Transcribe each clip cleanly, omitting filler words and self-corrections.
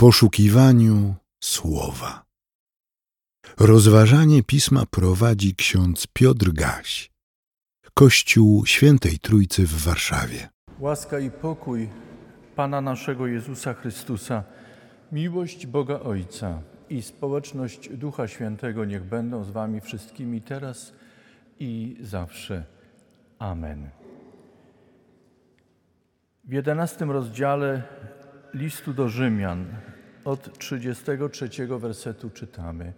poszukiwaniu słowa. Rozważanie Pisma prowadzi ksiądz Piotr Gaś, Kościół Świętej Trójcy w Warszawie. Łaska i pokój Pana naszego Jezusa Chrystusa, miłość Boga Ojca i społeczność Ducha Świętego niech będą z wami wszystkimi teraz i zawsze. Amen. W 11 rozdziale listu do Rzymian od 33 wersetu czytamy: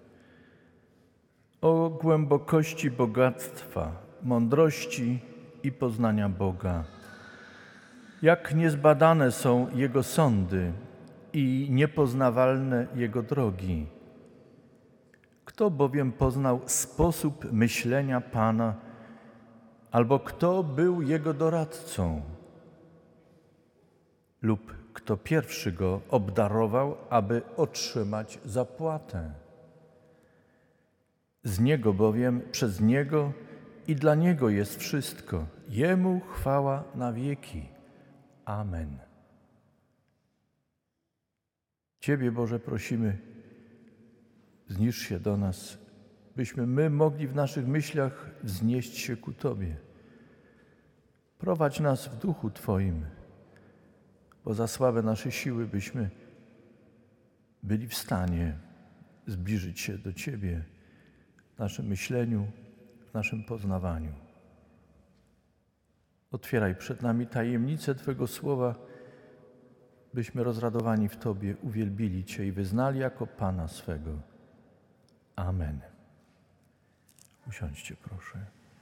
o głębokości bogactwa, mądrości i poznania Boga. Jak niezbadane są Jego sądy i niepoznawalne Jego drogi. Kto bowiem poznał sposób myślenia Pana, albo kto był Jego doradcą? Lub kto pierwszy Go obdarował, aby otrzymać zapłatę? Z Niego bowiem, przez Niego i dla Niego jest wszystko. Jemu chwała na wieki. Amen. Ciebie, Boże, prosimy, zniż się do nas, byśmy my mogli w naszych myślach wznieść się ku Tobie. Prowadź nas w duchu Twoim, bo za słabe nasze siły byśmy byli w stanie zbliżyć się do Ciebie w naszym myśleniu, w naszym poznawaniu. Otwieraj przed nami tajemnicę Twego słowa, byśmy rozradowani w Tobie uwielbili Cię i wyznali jako Pana swego. Amen. Usiądźcie, proszę.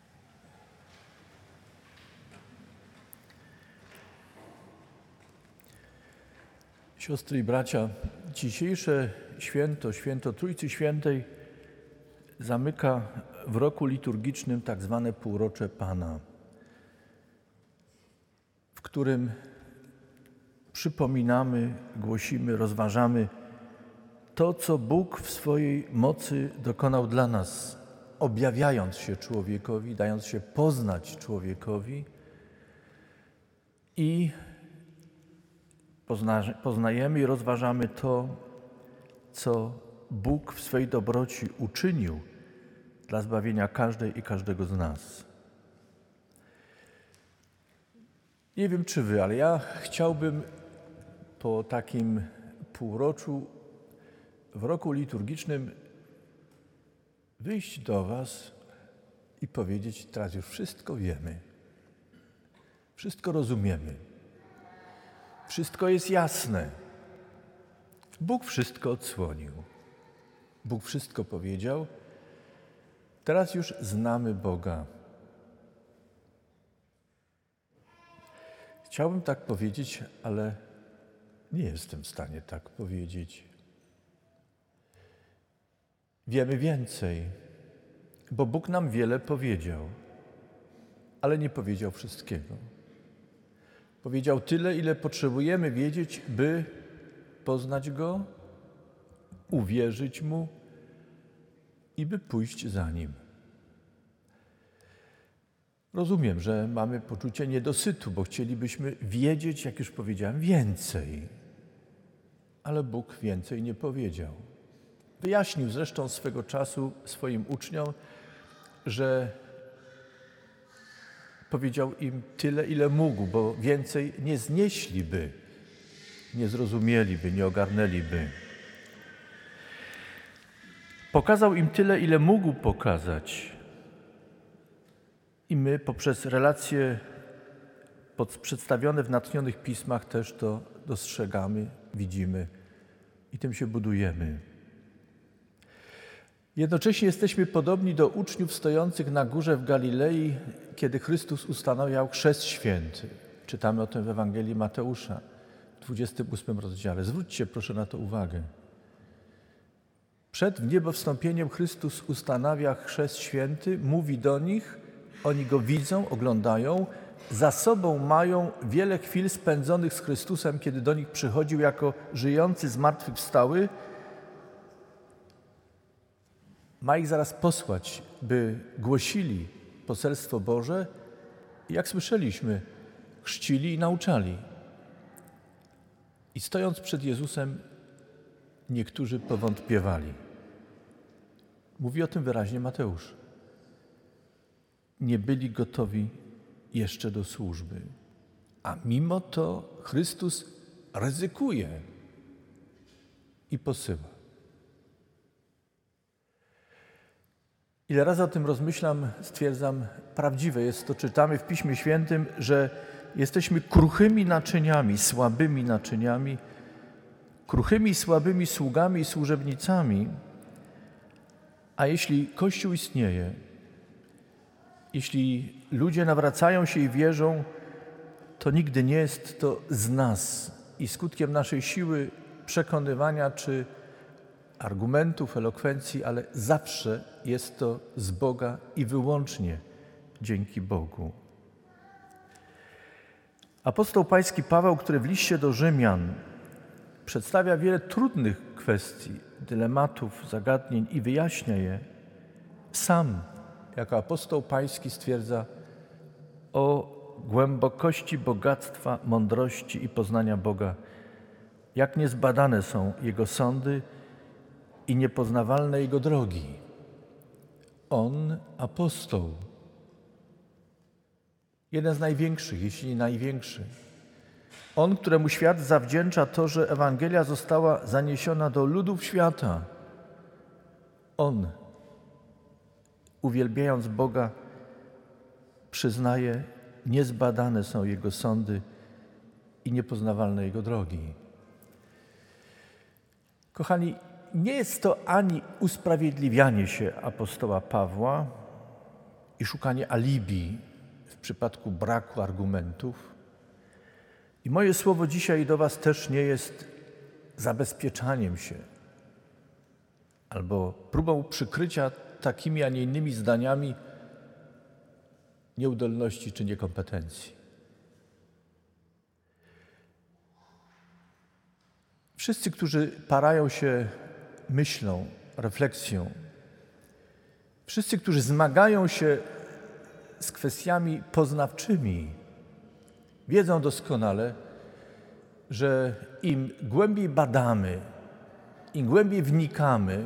Siostry i bracia, dzisiejsze święto Trójcy Świętej zamyka w roku liturgicznym tak zwane półrocze Pana, w którym przypominamy, głosimy, rozważamy to, co Bóg w swojej mocy dokonał dla nas, objawiając się człowiekowi, dając się poznać człowiekowi i poznajemy i rozważamy to, co Bóg w swej dobroci uczynił dla zbawienia każdej i każdego z nas. Nie wiem, czy wy, ale ja chciałbym po takim półroczu w roku liturgicznym wyjść do was i powiedzieć: teraz już wszystko wiemy, wszystko rozumiemy, wszystko jest jasne. Bóg wszystko odsłonił, Bóg wszystko powiedział, teraz już znamy Boga. Chciałbym tak powiedzieć, ale nie jestem w stanie tak powiedzieć. Wiemy więcej, bo Bóg nam wiele powiedział, ale nie powiedział wszystkiego. Powiedział tyle, ile potrzebujemy wiedzieć, by poznać Go, uwierzyć Mu i by pójść za Nim. Rozumiem, że mamy poczucie niedosytu, bo chcielibyśmy wiedzieć, jak już powiedziałem, więcej. Ale Bóg więcej nie powiedział. Wyjaśnił zresztą swego czasu swoim uczniom, że powiedział im tyle, ile mógł, bo więcej nie znieśliby, nie zrozumieliby, nie ogarnęliby. Pokazał im tyle, ile mógł pokazać. I my poprzez relacje przedstawione w natchnionych pismach też to dostrzegamy, widzimy i tym się budujemy. Jednocześnie jesteśmy podobni do uczniów stojących na górze w Galilei, kiedy Chrystus ustanawiał chrzest święty. Czytamy o tym w Ewangelii Mateusza w 28 rozdziale. Zwróćcie proszę na to uwagę. Przed wniebowstąpieniem Chrystus ustanawia chrzest święty, mówi do nich, oni Go widzą, oglądają, za sobą mają wiele chwil spędzonych z Chrystusem, kiedy do nich przychodził jako żyjący, zmartwychwstały. Ma ich zaraz posłać, by głosili poselstwo Boże i jak słyszeliśmy, chrzcili i nauczali. I stojąc przed Jezusem niektórzy powątpiewali. Mówi o tym wyraźnie Mateusz. Nie byli gotowi jeszcze do służby. A mimo to Chrystus ryzykuje i posyła. Ile razy o tym rozmyślam, stwierdzam, prawdziwe jest to, czytamy w Piśmie Świętym, że jesteśmy kruchymi naczyniami, słabymi naczyniami, kruchymi i słabymi sługami i służebnicami, a jeśli Kościół istnieje, jeśli ludzie nawracają się i wierzą, to nigdy nie jest to z nas i skutkiem naszej siły przekonywania czy argumentów, elokwencji, ale zawsze jest to z Boga i wyłącznie dzięki Bogu. Apostoł pański Paweł, który w liście do Rzymian przedstawia wiele trudnych kwestii, dylematów, zagadnień i wyjaśnia je, sam jako apostoł pański stwierdza o głębokości bogactwa, mądrości i poznania Boga, jak niezbadane są Jego sądy i niepoznawalne Jego drogi. On, apostoł, jeden z największych, jeśli nie największy. On, któremu świat zawdzięcza to, że Ewangelia została zaniesiona do ludów świata. On, uwielbiając Boga, przyznaje, niezbadane są Jego sądy i niepoznawalne Jego drogi. Kochani, nie jest to ani usprawiedliwianie się apostoła Pawła i szukanie alibi w przypadku braku argumentów. I moje słowo dzisiaj do was też nie jest zabezpieczaniem się albo próbą przykrycia takimi, a nie innymi zdaniami nieudolności czy niekompetencji. Wszyscy, którzy parają się myślą, refleksją, wszyscy, którzy zmagają się z kwestiami poznawczymi, wiedzą doskonale, że im głębiej badamy, im głębiej wnikamy,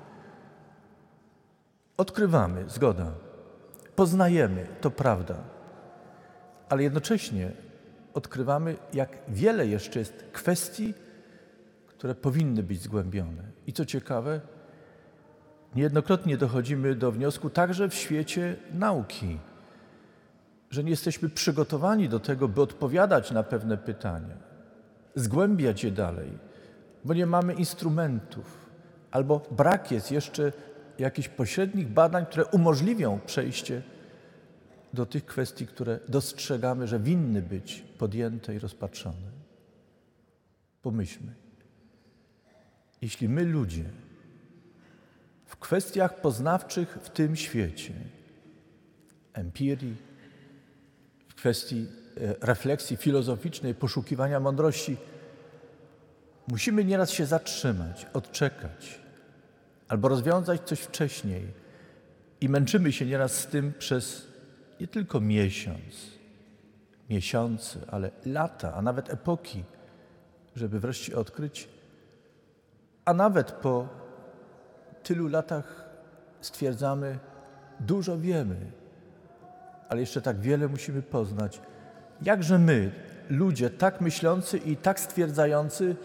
odkrywamy, zgoda, poznajemy, to prawda, ale jednocześnie odkrywamy, jak wiele jeszcze jest kwestii, które powinny być zgłębione. I co ciekawe, niejednokrotnie dochodzimy do wniosku także w świecie nauki, że nie jesteśmy przygotowani do tego, by odpowiadać na pewne pytania, zgłębiać je dalej, bo nie mamy instrumentów, albo brak jest jeszcze jakichś pośrednich badań, które umożliwią przejście do tych kwestii, które dostrzegamy, że winny być podjęte i rozpatrzone. Pomyślmy, jeśli my ludzie w kwestiach poznawczych w tym świecie, empirii, w kwestii refleksji filozoficznej, poszukiwania mądrości, musimy nieraz się zatrzymać, odczekać albo rozwiązać coś wcześniej i męczymy się nieraz z tym przez nie tylko miesiące, ale lata, a nawet epoki, żeby wreszcie odkryć, a nawet po tylu latach stwierdzamy, dużo wiemy, ale jeszcze tak wiele musimy poznać. Jakże my, ludzie tak myślący i tak stwierdzający,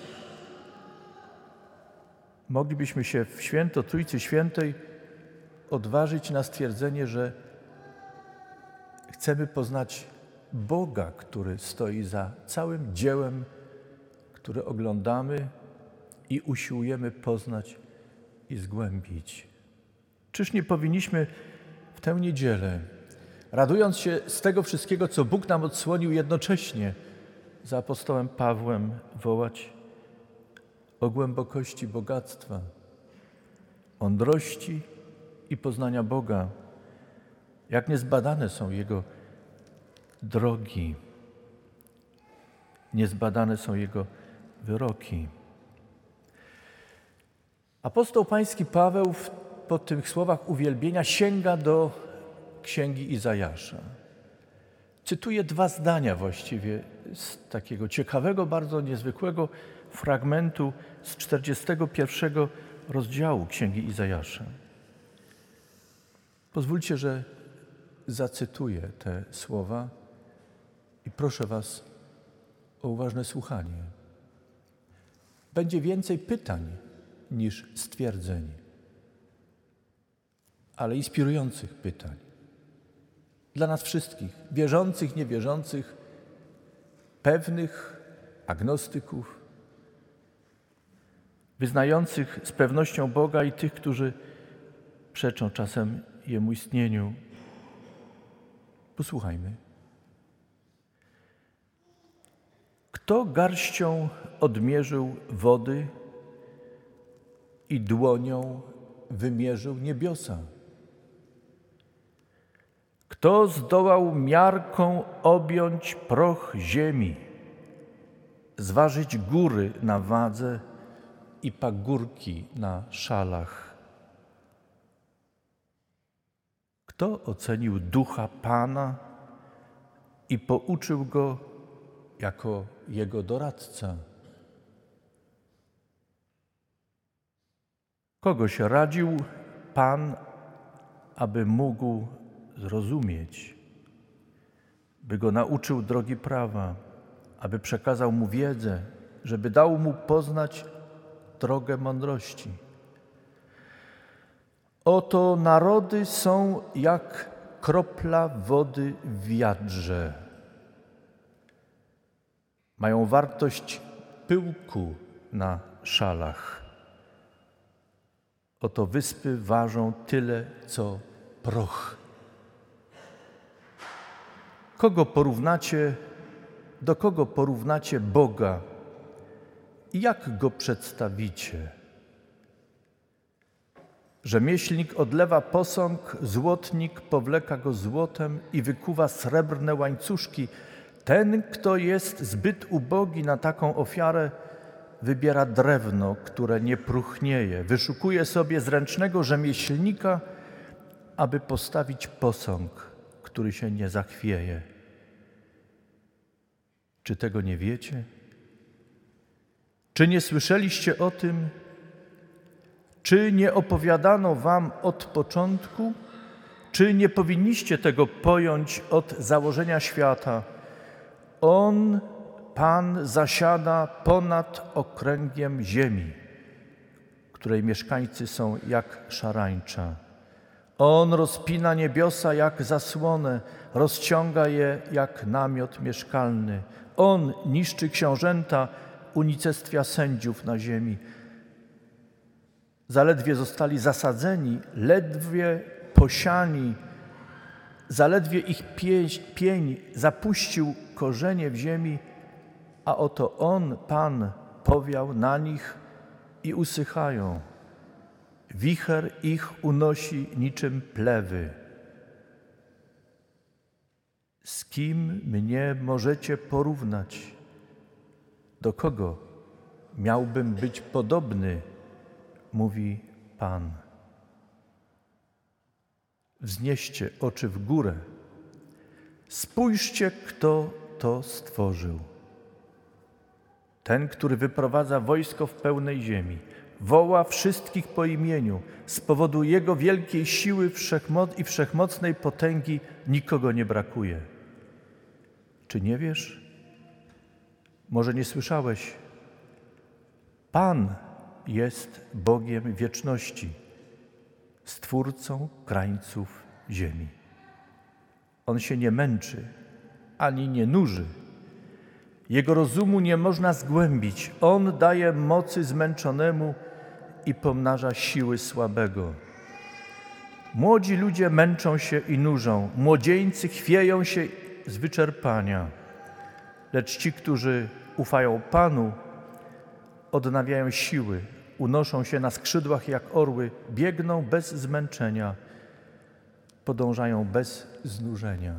moglibyśmy się w święto Trójcy Świętej odważyć na stwierdzenie, że chcemy poznać Boga, który stoi za całym dziełem, które oglądamy i usiłujemy poznać i zgłębić. Czyż nie powinniśmy w tę niedzielę, radując się z tego wszystkiego, co Bóg nam odsłonił, jednocześnie za apostołem Pawłem wołać o głębokości bogactwa, mądrości i poznania Boga, jak niezbadane są Jego drogi, niezbadane są Jego wyroki. Apostoł pański Paweł po tych słowach uwielbienia sięga do Księgi Izajasza. Cytuję 2 zdania właściwie z takiego ciekawego, bardzo niezwykłego fragmentu z 41 rozdziału Księgi Izajasza. Pozwólcie, że zacytuję te słowa i proszę Was o uważne słuchanie. Będzie więcej pytań niż stwierdzeń, ale inspirujących pytań. Dla nas wszystkich, wierzących, niewierzących, pewnych, agnostyków, wyznających z pewnością Boga i tych, którzy przeczą czasem Jemu istnieniu. Posłuchajmy. Kto garścią odmierzył wody i dłonią wymierzył niebiosa? Kto zdołał miarką objąć proch ziemi, zważyć góry na wadze i pagórki na szalach? Kto ocenił ducha Pana i pouczył go jako jego doradca? Kogoś radził Pan, aby mógł zrozumieć, by go nauczył drogi prawa, aby przekazał mu wiedzę, żeby dał mu poznać drogę mądrości. Oto narody są jak kropla wody w wiadrze. Mają wartość pyłku na szalach. Oto wyspy ważą tyle, co proch. Do kogo porównacie Boga i jak Go przedstawicie? Rzemieślnik odlewa posąg, złotnik powleka go złotem i wykuwa srebrne łańcuszki. Ten, kto jest zbyt ubogi na taką ofiarę, wybiera drewno, które nie próchnieje. Wyszukuje sobie zręcznego rzemieślnika, aby postawić posąg, który się nie zachwieje. Czy tego nie wiecie? Czy nie słyszeliście o tym? Czy nie opowiadano wam od początku? Czy nie powinniście tego pojąć od założenia świata? On, Pan, zasiada ponad okręgiem ziemi, której mieszkańcy są jak szarańcza. On rozpina niebiosa jak zasłonę, rozciąga je jak namiot mieszkalny. On niszczy książęta, unicestwia sędziów na ziemi. Zaledwie zostali zasadzeni, ledwie posiani, zaledwie ich pień zapuścił korzenie w ziemi, a oto On, Pan, powiał na nich i usychają. Wicher ich unosi niczym plewy. Z kim mnie możecie porównać? Do kogo miałbym być podobny? Mówi Pan. Wznieście oczy w górę. Spójrzcie, kto to stworzył. Ten, który wyprowadza wojsko w pełnej ziemi, woła wszystkich po imieniu. Z powodu Jego wielkiej siły i wszechmocnej potęgi nikogo nie brakuje. Czy nie wiesz? Może nie słyszałeś? Pan jest Bogiem wieczności, Stwórcą krańców ziemi. On się nie męczy, ani nie nuży. Jego rozumu nie można zgłębić. On daje mocy zmęczonemu i pomnaża siły słabego. Młodzi ludzie męczą się i nużą, młodzieńcy chwieją się z wyczerpania. Lecz ci, którzy ufają Panu, odnawiają siły, unoszą się na skrzydłach jak orły, biegną bez zmęczenia, podążają bez znużenia.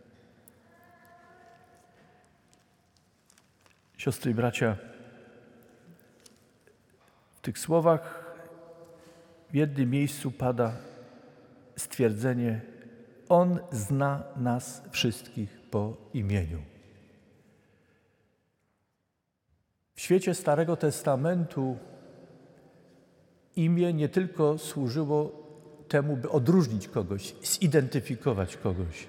Siostry i bracia, w tych słowach w jednym miejscu pada stwierdzenie: On zna nas wszystkich po imieniu. W świecie Starego Testamentu imię nie tylko służyło temu, by odróżnić kogoś, zidentyfikować kogoś.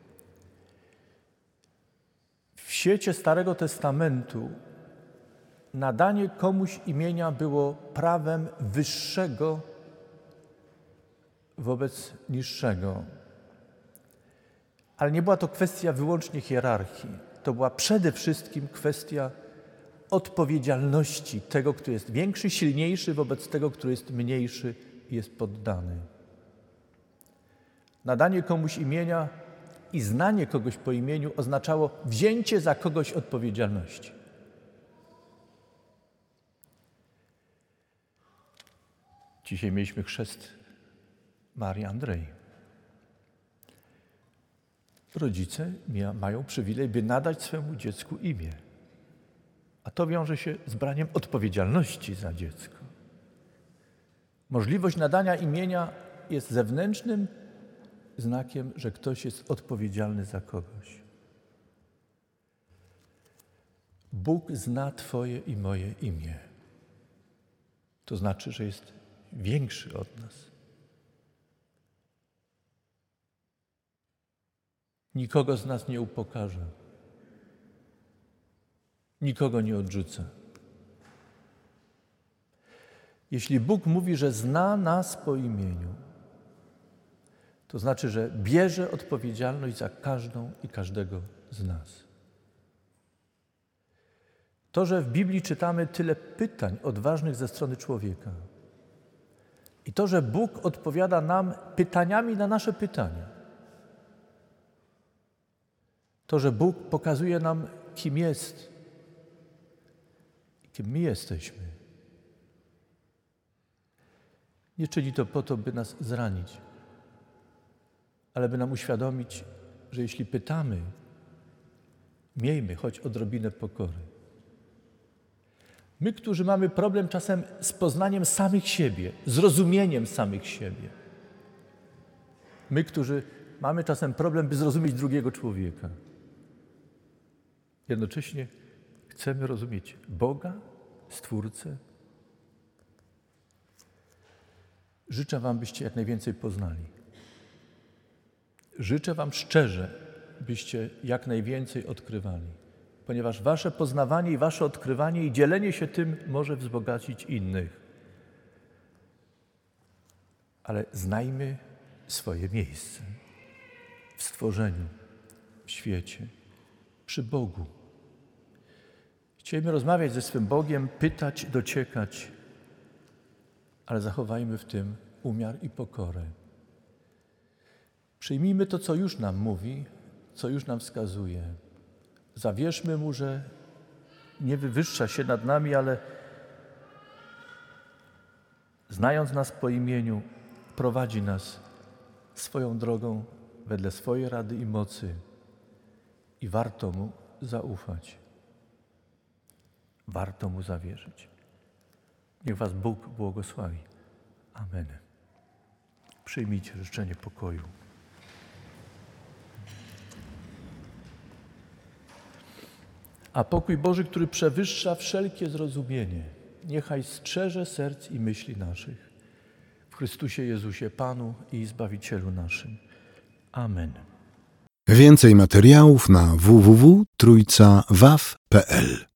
W świecie Starego Testamentu nadanie komuś imienia było prawem wyższego wobec niższego. Ale nie była to kwestia wyłącznie hierarchii. To była przede wszystkim kwestia odpowiedzialności tego, kto jest większy, silniejszy wobec tego, kto jest mniejszy i jest poddany. Nadanie komuś imienia i znanie kogoś po imieniu oznaczało wzięcie za kogoś odpowiedzialności. Dzisiaj mieliśmy chrzest Marii Andrei. Rodzice mają przywilej, by nadać swemu dziecku imię. A to wiąże się z braniem odpowiedzialności za dziecko. Możliwość nadania imienia jest zewnętrznym znakiem, że ktoś jest odpowiedzialny za kogoś. Bóg zna Twoje i moje imię. To znaczy, że jest większy od nas. Nikogo z nas nie upokarza. Nikogo nie odrzuca. Jeśli Bóg mówi, że zna nas po imieniu, to znaczy, że bierze odpowiedzialność za każdą i każdego z nas. To, że w Biblii czytamy tyle pytań odważnych ze strony człowieka i to, że Bóg odpowiada nam pytaniami na nasze pytania, to, że Bóg pokazuje nam, kim jest, kim my jesteśmy, nie czyni to po to, by nas zranić, ale by nam uświadomić, że jeśli pytamy, miejmy choć odrobinę pokory. My, którzy mamy problem czasem z poznaniem samych siebie, zrozumieniem samych siebie. My, którzy mamy czasem problem, by zrozumieć drugiego człowieka. Jednocześnie chcemy rozumieć Boga, Stwórcę. Życzę Wam, byście jak najwięcej poznali. Życzę Wam szczerze, byście jak najwięcej odkrywali, ponieważ Wasze poznawanie i Wasze odkrywanie i dzielenie się tym może wzbogacić innych. Ale znajmy swoje miejsce w stworzeniu, w świecie, przy Bogu. Chcielibyśmy rozmawiać ze swym Bogiem, pytać, dociekać, ale zachowajmy w tym umiar i pokorę. Przyjmijmy to, co już nam mówi, co już nam wskazuje. Zawierzmy Mu, że nie wywyższa się nad nami, ale znając nas po imieniu, prowadzi nas swoją drogą wedle swojej rady i mocy i warto Mu zaufać. Warto Mu zawierzyć. Niech Was Bóg błogosławi. Amen. Przyjmijcie życzenie pokoju. A pokój Boży, który przewyższa wszelkie zrozumienie, niechaj strzeże serc i myśli naszych w Chrystusie Jezusie, Panu i Zbawicielu naszym. Amen. Więcej materiałów na www.trójcawaw.pl